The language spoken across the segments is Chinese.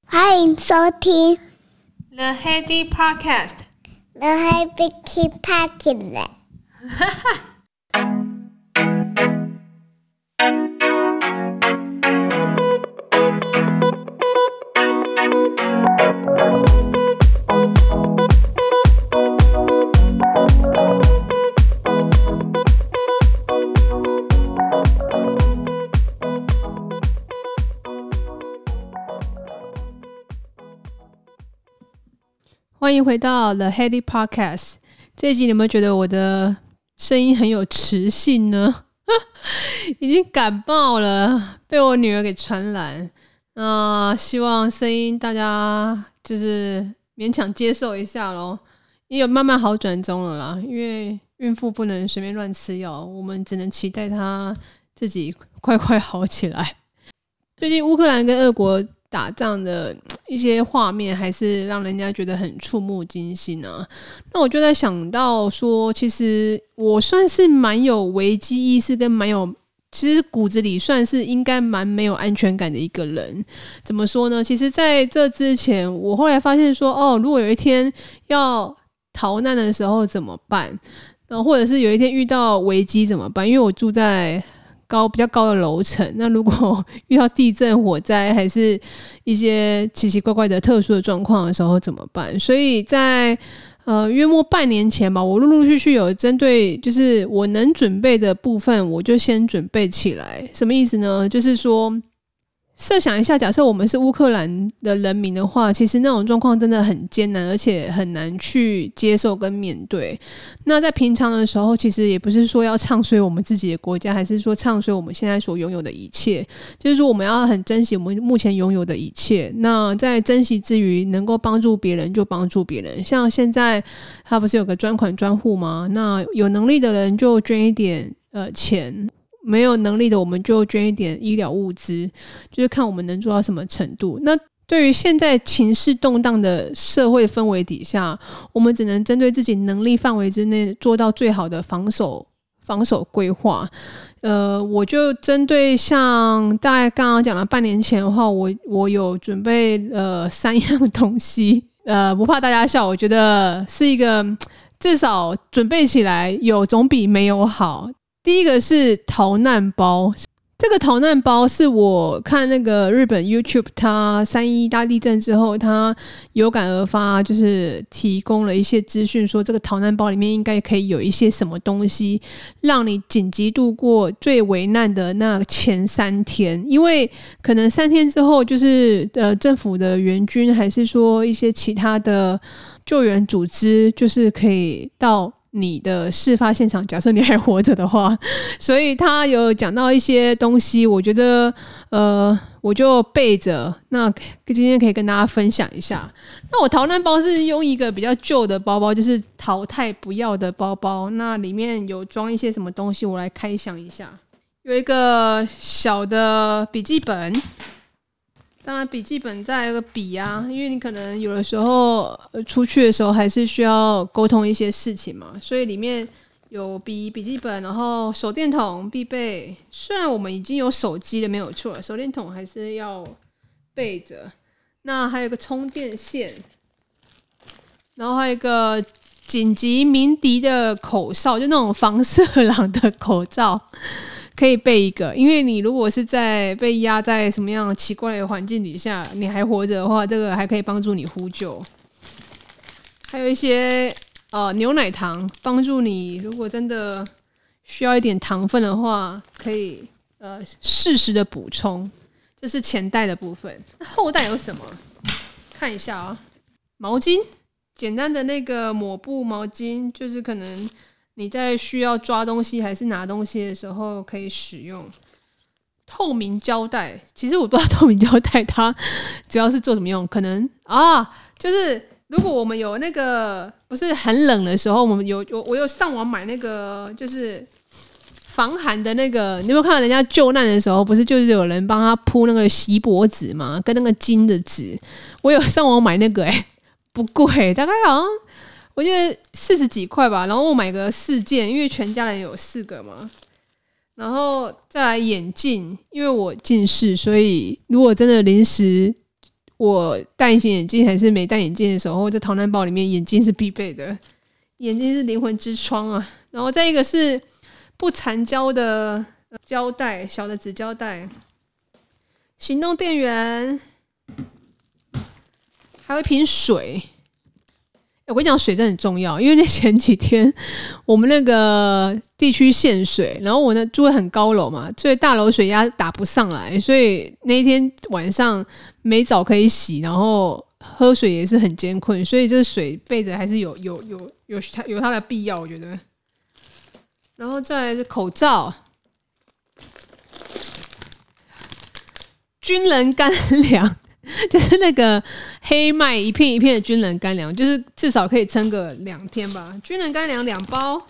欢迎收听 The Heady Podcast。The Heady Podcast。 欢迎回到 The Heady Podcast。这一集你有没有觉得我的声音很有磁性呢？已经感冒了，被我女儿给传染。希望声音大家就是勉强接受一下咯，也有慢慢好转中了啦。因为孕妇不能随便乱吃药，我们只能期待她自己快快好起来。最近乌克兰跟俄国打仗的一些画面还是让人家觉得很触目惊心啊。那我就在想到说，其实我算是蛮有危机意识跟其实骨子里算是应该蛮没有安全感的一个人。怎么说呢？其实在这之前，我后来发现说，如果有一天要逃难的时候怎么办？或者是有一天遇到危机怎么办？因为我住在比较高的楼层，那如果遇到地震、火灾，还是一些奇奇怪怪的特殊的状况的时候怎么办？所以在约莫半年前吧，我陆陆续续有针对就是我能准备的部分，我就先准备起来。什么意思呢？就是说，设想一下，假设我们是乌克兰的人民的话，其实那种状况真的很艰难，而且很难去接受跟面对。那在平常的时候，其实也不是说要唱衰我们自己的国家，还是说唱衰我们现在所拥有的一切，就是说我们要很珍惜我们目前拥有的一切。那在珍惜之余，能够帮助别人就帮助别人。像现在他不是有个专款专户吗？那有能力的人就捐一点钱，没有能力的我们就捐一点医疗物资，就是看我们能做到什么程度。那对于现在情势动荡的社会氛围底下，我们只能针对自己能力范围之内做到最好的防守规划。我就针对像大概刚刚讲了半年前的话，我有准备3样东西，不怕大家笑，我觉得是一个至少准备起来有总比没有好。第一个是逃难包，这个逃难包是我看那个日本 YouTube 它3.1大地震之后，它有感而发，就是提供了一些资讯，说这个逃难包里面应该可以有一些什么东西，让你紧急度过最危难的那前3天，因为可能3天之后就是政府的援军还是说一些其他的救援组织，就是可以到你的事发现场，假设你还活着的话，所以他有讲到一些东西，我觉得我就备着，那今天可以跟大家分享一下。那我逃难包是用一个比较旧的包包，就是淘汰不要的包包，那里面有装一些什么东西，我来开箱一下。有一个小的笔记本，当然笔记本再有个笔啊，因为你可能有的时候出去的时候还是需要沟通一些事情嘛，所以里面有笔记本，然后手电筒必备。虽然我们已经有手机了，没有错，手电筒还是要备着。那还有一个充电线，然后还有一个紧急鸣笛的口哨，就那种防色狼的口罩。可以备一个，因为你如果是在被压在什么样奇怪的环境底下，你还活着的话，这个还可以帮助你呼救。还有一些牛奶糖，帮助你如果真的需要一点糖分的话，可以适时的补充。这是前袋的部分。那后袋有什么？看一下啊，毛巾，简单的那个抹布毛巾，就是可能你在需要抓东西还是拿东西的时候可以使用。透明胶带，其实我不知道透明胶带它主要是做什么用，可能就是如果我们有那个不是很冷的时候，我有上网买那个就是防寒的那个，你有没有看到人家救难的时候，不是就是有人帮他铺那个锡箔纸吗？跟那个金的纸，我有上网买那个不贵，大概好像我记得40几块吧，然后我买个4件，因为全家人有4个嘛。然后再来眼镜，因为我近视，所以如果真的临时我戴隐形眼镜还是没戴眼镜的时候，在逃难包里面眼镜是必备的，眼睛是灵魂之窗啊。然后再一个是不残胶的胶带，小的纸胶带，行动电源，还有一瓶水。我跟你讲，水真的很重要，因为那前几天我们那个地区限水，然后我住在很高楼嘛，所以大楼水压打不上来，所以那一天晚上没澡可以洗，然后喝水也是很艰困，所以这水备着还是有它的必要，我觉得。然后再来是口罩、军人干粮。就是那个黑麦一片一片的军人干粮，就是至少可以撑个2天吧。军人干粮2包，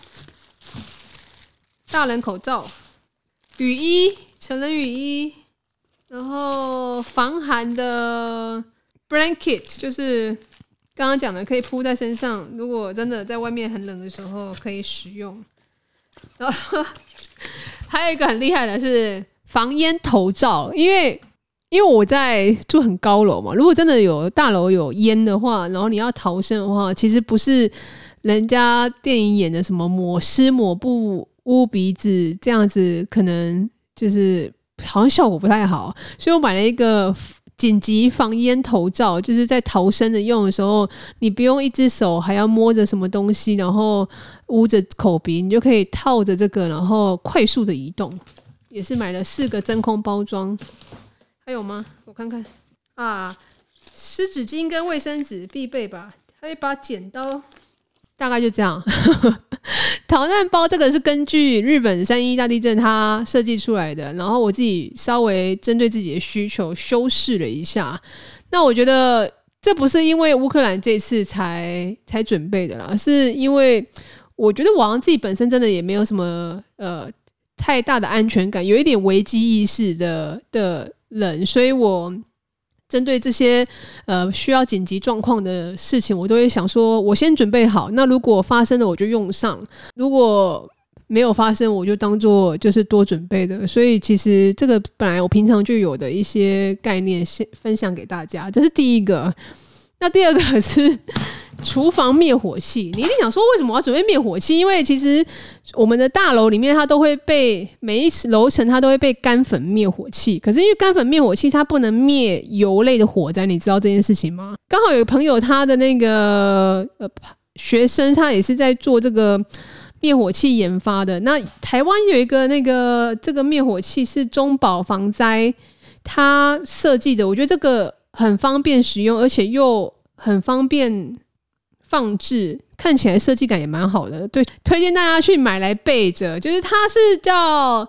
大人口罩、雨衣、成人雨衣，然后防寒的 blanket， 就是刚刚讲的可以铺在身上，如果真的在外面很冷的时候可以使用。然后还有一个很厉害的是防烟头罩，因为我在住很高楼嘛，如果真的有大楼有烟的话，然后你要逃生的话，其实不是人家电影演的什么抹湿抹布捂鼻子这样子，可能就是好像效果不太好，所以我买了一个紧急防烟头罩，就是在逃生的用的时候，你不用一只手还要摸着什么东西，然后捂着口鼻，你就可以套着这个，然后快速的移动。也是买了4个真空包装。还有吗？我看看啊，湿纸巾跟卫生纸必备吧，还有一把剪刀，大概就这样。逃难包这个是根据日本3.11大地震它设计出来的，然后我自己稍微针对自己的需求修饰了一下。那我觉得这不是因为乌克兰这次才准备的啦，是因为我觉得我好像自己本身真的也没有什么太大的安全感，有一点危机意识的人，所以我针对这些需要紧急状况的事情，我都会想说我先准备好，那如果发生了我就用上，如果没有发生我就当做就是多准备的。所以其实这个本来我平常就有的一些概念先分享给大家，这是第一个。那第二个是厨房灭火器。你一定想说为什么我要准备灭火器？因为其实我们的大楼里面它都会被每一楼层它都会被干粉灭火器，可是因为干粉灭火器它不能灭油类的火灾，你知道这件事情吗？刚好有个朋友他的那个学生他也是在做这个灭火器研发的。那台湾有一个这个灭火器是中保防灾他设计的，我觉得这个很方便使用，而且又很方便放置，看起来设计感也蛮好的。对，推荐大家去买来备着。就是它是叫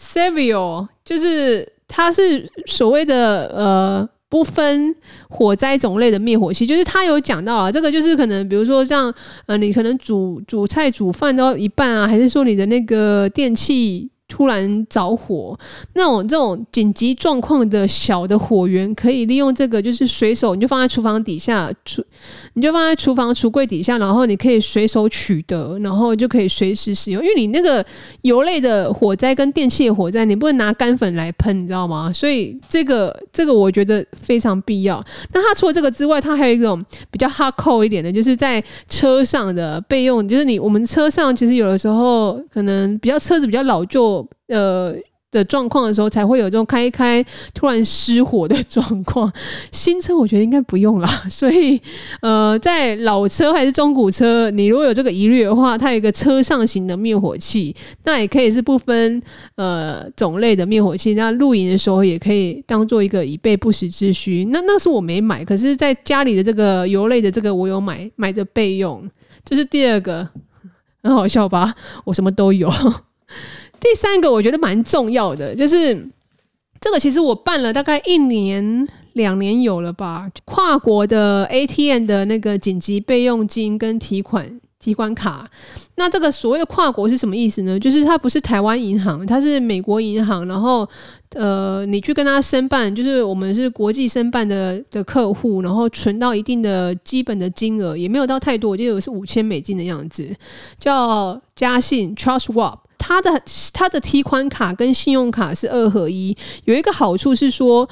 Savio， 就是它是所谓的不分火灾种类的灭火器。就是它有讲到啊，这个就是可能比如说像你可能煮菜煮饭到一半啊，还是说你的那个电器突然着火，这种紧急状况的小的火源，可以利用这个，就是随手你就放在厨房底下，你就放在厨房橱柜底下，然后你可以随手取得，然后就可以随时使用。因为你那个油类的火灾跟电器的火灾，你不能拿干粉来喷，你知道吗？所以这个我觉得非常必要。那它除了这个之外，它还有一种比较 hardcore 一点的，就是在车上的备用，就是我们车上其实有的时候可能车子比较老旧的状况的时候，才会有这种开一开突然失火的状况。新车我觉得应该不用啦，所以在老车还是中古车，你如果有这个疑虑的话，它有一个车上型的灭火器，那也可以是不分种类的灭火器。那露营的时候也可以当做一个以备不时之需。那是我没买，可是在家里的这个油类的这个我有买着备用。这是第二个，很好笑吧？我什么都有。第三个我觉得蛮重要的，就是这个其实我办了大概1年2年有了吧，跨国的 ATM 的那个紧急备用金跟提款卡。那这个所谓的跨国是什么意思呢？就是它不是台湾银行，它是美国银行，然后你去跟他申办，就是我们是国际申办的客户，然后存到一定的基本的金额，也没有到太多，我记得是$5000的样子，叫嘉信 Trust Swap。它的提款卡跟信用卡是2合1，有一个好处是说，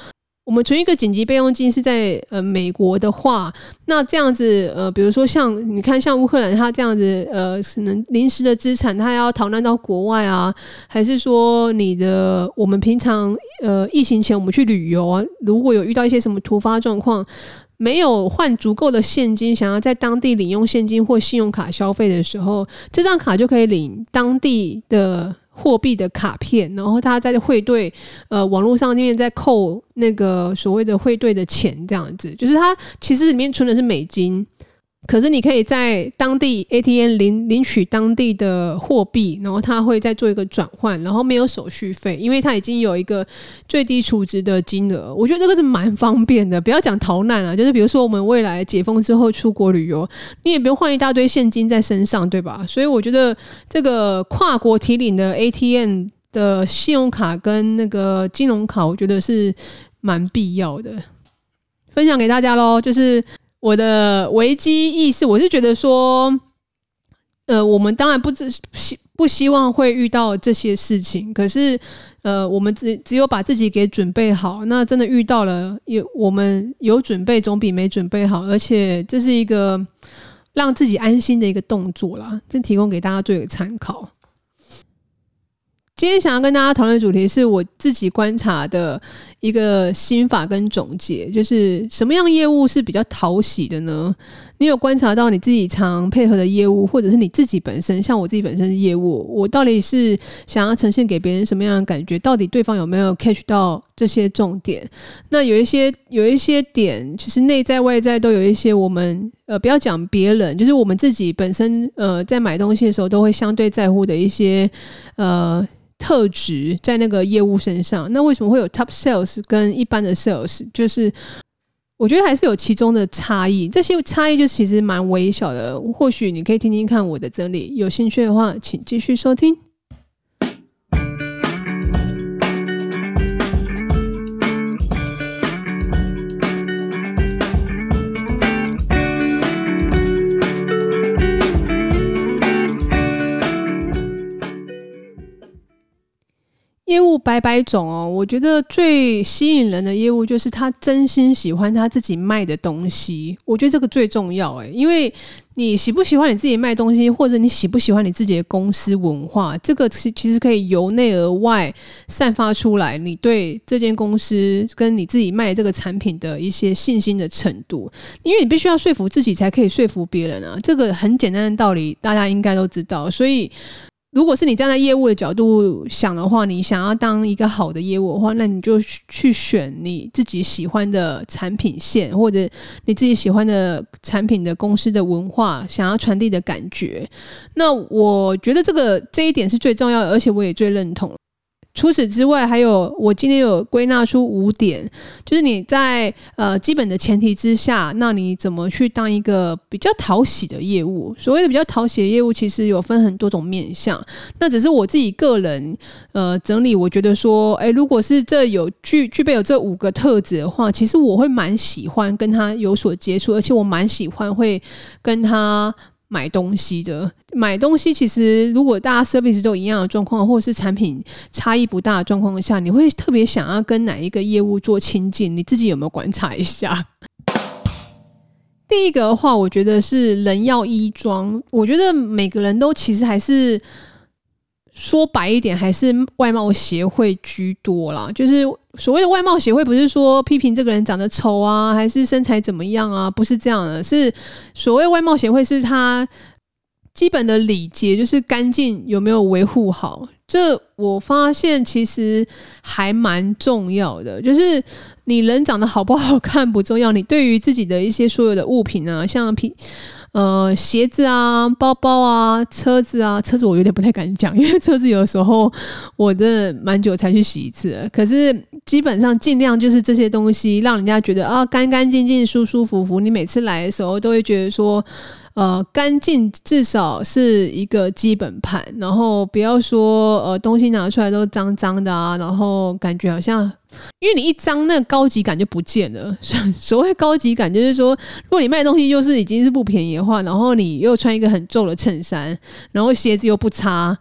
我们存一个紧急备用金是在美国的话，那这样子比如说像你看像乌克兰它这样子可能临时的资产它要逃难到国外啊，还是说我们平常疫情前我们去旅游啊，如果有遇到一些什么突发状况，没有换足够的现金，想要在当地领用现金或信用卡消费的时候，这张卡就可以领当地的货币的卡片，然后他在汇兑网络上面再扣那个所谓的汇兑的钱，这样子就是它其实里面存的是美金，可是你可以在当地 ATM 领取当地的货币，然后它会再做一个转换，然后没有手续费，因为它已经有一个最低储值的金额。我觉得这个是蛮方便的，不要讲逃难啊，就是比如说我们未来解封之后出国旅游，你也不用换一大堆现金在身上，对吧？所以我觉得这个跨国提领的 ATM 的信用卡跟那个金融卡，我觉得是蛮必要的，分享给大家咯。就是我的危机意识，我是觉得说我们当然不希望会遇到这些事情，可是我们只有把自己给准备好，那真的遇到了我们有准备总比没准备好，而且这是一个让自己安心的一个动作啦，这提供给大家做一个参考。今天想要跟大家讨论的主题是我自己观察的一个心法跟总结，就是什么样业务是比较讨喜的呢？你有观察到你自己常配合的业务，或者是你自己本身，像我自己本身是业务，我到底是想要呈现给别人什么样的感觉？到底对方有没有 catch 到这些重点？那有一些点，其实内在外在都有一些我们不要讲别人，就是我们自己本身在买东西的时候都会相对在乎的一些特质在那个业务身上。那为什么会有 top sales 跟一般的 sales？ 就是我觉得还是有其中的差异，这些差异就其实蛮微小的，或许你可以听听看我的整理，有兴趣的话请继续收听。业务百百种哦，我觉得最吸引人的业务就是他真心喜欢他自己卖的东西，我觉得这个最重要因为你喜不喜欢你自己卖东西，或者你喜不喜欢你自己的公司文化，这个其实可以由内而外散发出来你对这间公司跟你自己卖这个产品的一些信心的程度，因为你必须要说服自己才可以说服别人啊，这个很简单的道理大家应该都知道。所以如果是你站在业务的角度想的话，你想要当一个好的业务的话，那你就去选你自己喜欢的产品线，或者你自己喜欢的产品的公司的文化想要传递的感觉。那我觉得这一点是最重要的，而且我也最认同。除此之外，还有我今天有归纳出5点，就是你在基本的前提之下，那你怎么去当一个比较讨喜的业务？所谓的比较讨喜的业务，其实有分很多种面向。那只是我自己个人整理，我觉得说，如果是具备有这5个特质的话，其实我会蛮喜欢跟他有所接触，而且我蛮喜欢会跟他买东西的。买东西其实如果大家 service 都一样的状况，或者是产品差异不大的状况下，你会特别想要跟哪一个业务做亲近？你自己有没有观察一下？第一个的话，我觉得是人要衣装。我觉得每个人都其实还是说白一点，还是外貌协会居多啦。就是所谓的外貌协会，不是说批评这个人长得丑啊，还是身材怎么样啊，不是这样的。是所谓外貌协会，是他基本的礼节，就是干净有没有维护好。这我发现其实还蛮重要的，就是你人长得好不好看不重要，你对于自己的一些所有的物品啊，像鞋子啊、包包啊、车子我有点不太敢讲，因为车子有时候我真的蛮久才去洗一次了。可是基本上尽量就是这些东西让人家觉得干干净净、舒舒服服，你每次来的时候都会觉得说干净至少是一个基本盘，然后不要说东西拿出来都脏脏的啊，然后感觉好像因为你一脏那个高级感就不见了。所谓高级感就是说，如果你卖东西就是已经是不便宜的话，然后你又穿一个很皱的衬衫，然后鞋子又不擦，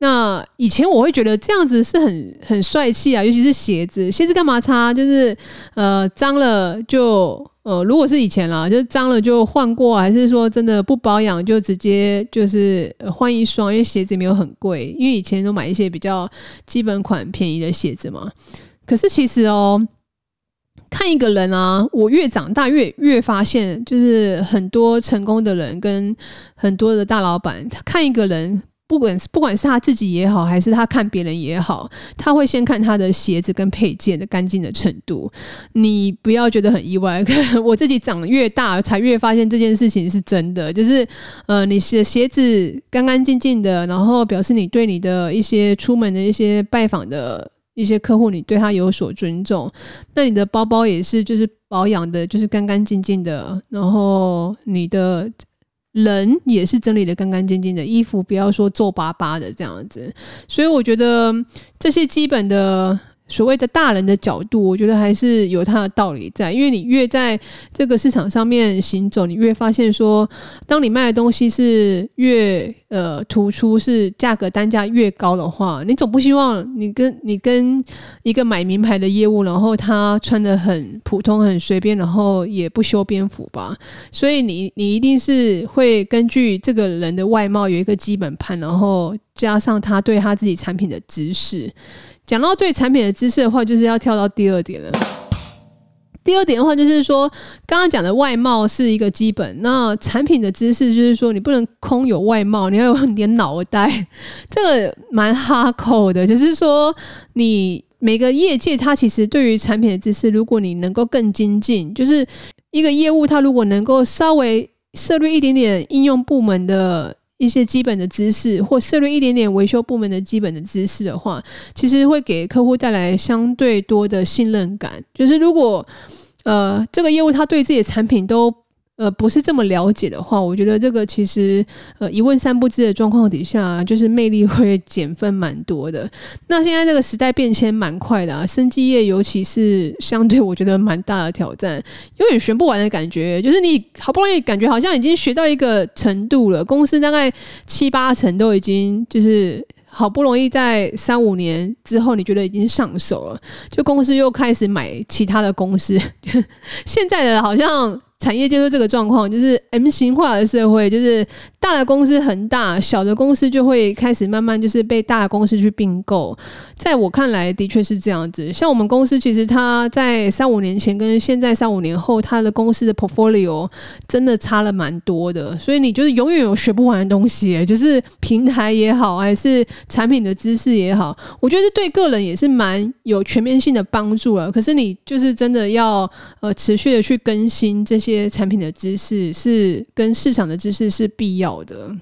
那以前我会觉得这样子是很帅气啊，尤其是鞋子干嘛擦？就是脏了就如果是以前啦，就是脏了就换过，还是说真的不保养就直接就是换一双，因为鞋子没有很贵，因为以前都买一些比较基本款便宜的鞋子嘛。可是其实看一个人啊，我越长大越发现，就是很多成功的人跟很多的大老板，他看一个人。不管是他自己也好，还是他看别人也好，他会先看他的鞋子跟配件的干净的程度。你不要觉得很意外，我自己长得越大才越发现这件事情是真的。就是你的鞋子干干净净的，然后表示你对你的一些出门的一些拜访的一些客户，你对他有所尊重。那你的包包也是就是保养的就是干干净净的，然后你的人也是整理的干干净净的，衣服不要说皱巴巴的这样子。所以我觉得这些基本的所谓的大人的角度，我觉得还是有它的道理在。因为你越在这个市场上面行走，你越发现说，当你卖的东西是越突出，是价格单价越高的话，你总不希望你跟一个买名牌的业务，然后他穿得很普通很随便，然后也不修边幅吧。所以你一定是会根据这个人的外貌有一个基本盘，然后加上他对他自己产品的知识。讲到对产品的知识的话，就是要跳到第二点了。第二点的话，就是说刚刚讲的外貌是一个基本，那产品的知识就是说你不能空有外貌，你要有你的脑袋。这个蛮哈扣的，就是说你每个业界它其实对于产品的知识，如果你能够更精进，就是一个业务它如果能够稍微涉略一点点应用部门的一些基本的知识，或涉略一点点维修部门的基本的知识的话，其实会给客户带来相对多的信任感。就是如果这个业务他对自己的产品都不是这么了解的话，我觉得这个其实一问三不知的状况底下，就是魅力会减分蛮多的。那现在这个时代变迁蛮快的啊，生技业尤其是相对我觉得蛮大的挑战，有点学不完的感觉。就是你好不容易感觉好像已经学到一个程度了，公司大概7-8成都已经就是好不容易在3-5年之后你觉得已经上手了，就公司又开始买其他的公司。现在的好像产业界都这个状况，就是 M 型化的社会，就是大的公司很大，小的公司就会开始慢慢就是被大的公司去并购。在我看来的确是这样子，像我们公司其实它在3-5年前跟现在3-5年后，它的公司的 portfolio 真的差了蛮多的，所以你就是永远有学不完的东西，就是平台也好还是产品的知识也好，我觉得对个人也是蛮有全面性的帮助了。可是你就是真的要持续的去更新这些产品的知识，是跟市场的知识是必要的。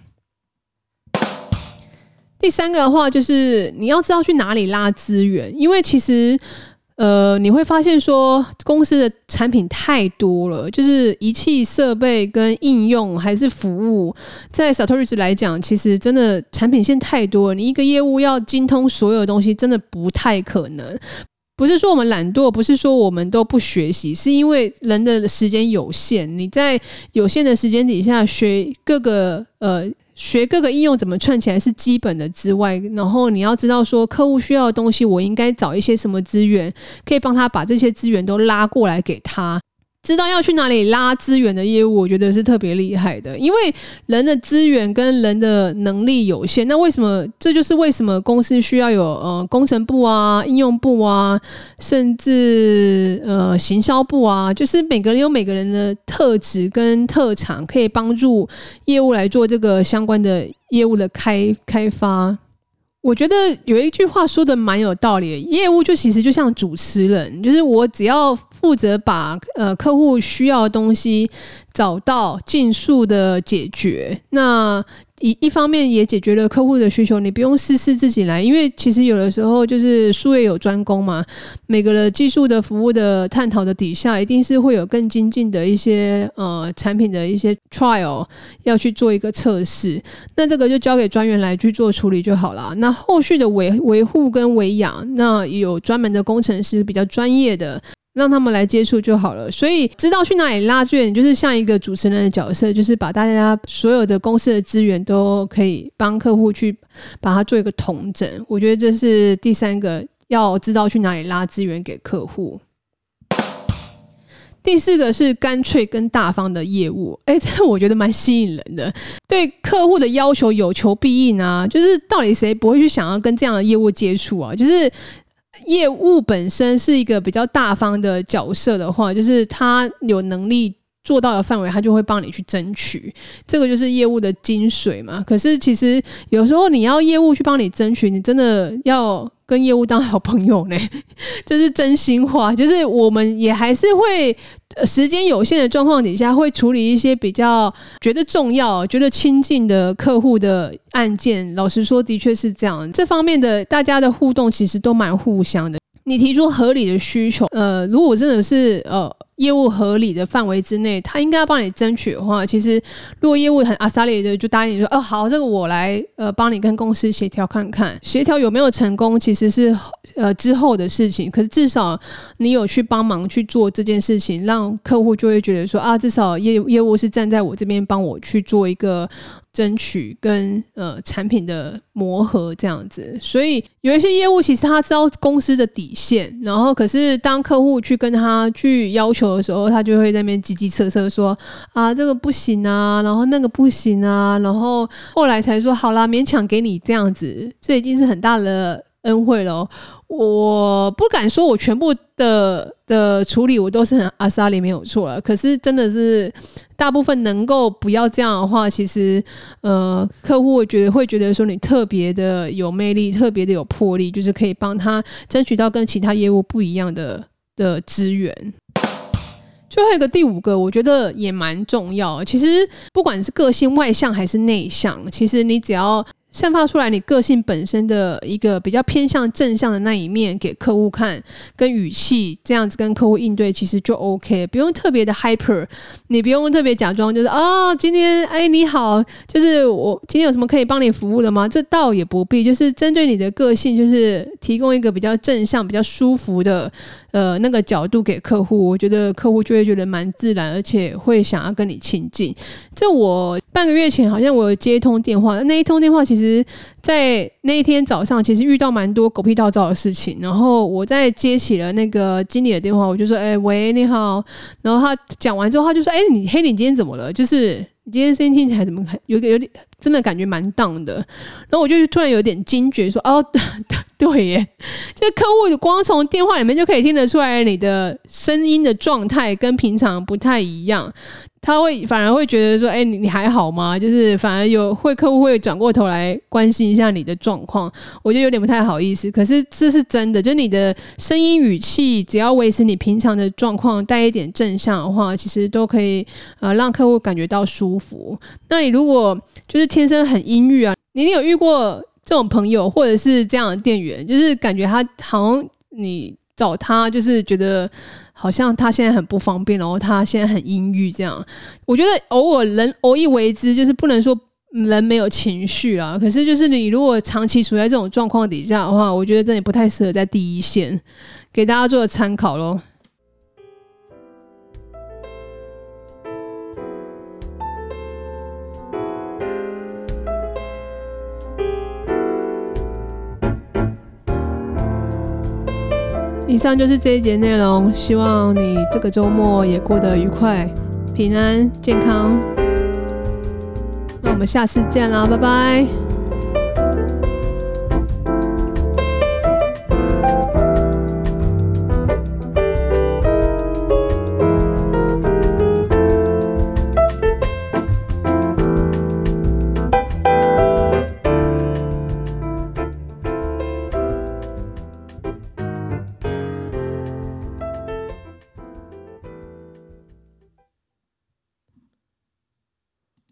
第三个的话，就是你要知道去哪里拉资源，因为其实你会发现说公司的产品太多了，就是仪器设备跟应用还是服务，在 Sartorius 来讲，其实真的产品线太多了，你一个业务要精通所有的东西真的不太可能。不是说我们懒惰，不是说我们都不学习，是因为人的时间有限，你在有限的时间底下学各个应用怎么串起来是基本的之外，然后你要知道说客户需要的东西，我应该找一些什么资源，可以帮他把这些资源都拉过来给他。知道要去哪里拉资源的业务，我觉得是特别厉害的，因为人的资源跟人的能力有限。那这就是为什么公司需要有工程部啊、应用部啊，甚至行销部啊，就是每个人有每个人的特质跟特长，可以帮助业务来做这个相关的业务的开发。我觉得有一句话说的蛮有道理的，业务其实就像主持人，就是我只要负责把客户需要的东西找到，尽速的解决。那一方面也解决了客户的需求，你不用事事自己来，因为其实有的时候就是术业有专攻嘛，每个的技术的服务的探讨的底下，一定是会有更精进的一些产品的一些 trial 要去做一个测试，那这个就交给专员来去做处理就好了。那后续的维护跟维养，那有专门的工程师比较专业的让他们来接触就好了。所以知道去哪里拉资源，就是像一个主持人的角色，就是把大家所有的公司的资源都可以帮客户去把它做一个统整。我觉得这是第3个，要知道去哪里拉资源给客户。第4个是干脆跟大方的业务，这我觉得蛮吸引人的。对客户的要求有求必应啊，就是到底谁不会去想要跟这样的业务接触啊？就是业务本身是一个比较大方的角色的话，就是他有能力做到的范围，他就会帮你去争取，这个就是业务的精髓嘛。可是其实有时候你要业务去帮你争取，你真的要跟业务当好朋友呢，这是真心话。就是我们也还是会时间有限的状况底下，会处理一些比较觉得重要、觉得亲近的客户的案件。老实说，的确是这样。这方面的大家的互动其实都蛮互相的。你提出合理的需求，如果真的是业务合理的范围之内，他应该要帮你争取的话，其实如果业务很阿萨里的就答应你说好，这个我来帮你跟公司协调看看，协调有没有成功其实是之后的事情，可是至少你有去帮忙去做这件事情，让客户就会觉得说至少业务是站在我这边帮我去做一个争取跟产品的磨合这样子。所以有一些业务其实他知道公司的底线，然后可是当客户去跟他去要求的时候，他就会在那边叽叽侧侧说这个不行啊，然后那个不行啊，然后后来才说好啦，勉强给你这样子，这已经是很大的恩惠了。我不敢说我全部的处理我都是很阿萨里没有错了，可是真的是大部分能够不要这样的话，其实客户会觉得说你特别的有魅力，特别的有魄力，就是可以帮他争取到跟其他业务不一样的资源。最后一个第5个我觉得也蛮重要，其实不管是个性外向还是内向，其实你只要散发出来你个性本身的一个比较偏向正向的那一面给客户看，跟语气这样子跟客户应对其实就 OK， 不用特别的 hyper， 你不用特别假装就是今天你好，就是我今天有什么可以帮你服务的吗？这倒也不必，就是针对你的个性，就是提供一个比较正向比较舒服的那个角度给客户，我觉得客户就会觉得蛮自然，而且会想要跟你亲近。这我半个月前好像我有接一通电话，那一通电话其实在那一天早上其实遇到蛮多狗屁倒灶的事情，然后我在接起了那个经理的电话，我就说喂你好，然后他讲完之后他就说你今天怎么了，就是你今天声音听起来怎么有点真的感觉蛮down的，然后我就突然有点惊觉说对耶，就是客户光从电话里面就可以听得出来你的声音的状态跟平常不太一样，他反而会觉得说你还好吗，就是反而客户会转过头来关心一下你的状况，我觉得有点不太好意思，可是这是真的，就是你的声音语气只要维持你平常的状况，带一点正向的话，其实都可以让客户感觉到舒服。那你如果就是天生很阴郁啊，你一定有遇过这种朋友或者是这样的店员，就是感觉他好像你找他就是觉得好像他现在很不方便，然后他现在很阴郁这样。我觉得偶尔人偶一为之，就是不能说人没有情绪啊，可是就是你如果长期处在这种状况底下的话，我觉得真的不太适合在第一线，给大家做个参考咯。以上就是这一节内容，希望你这个周末也过得愉快、平安、健康。那我们下次见啦，拜拜。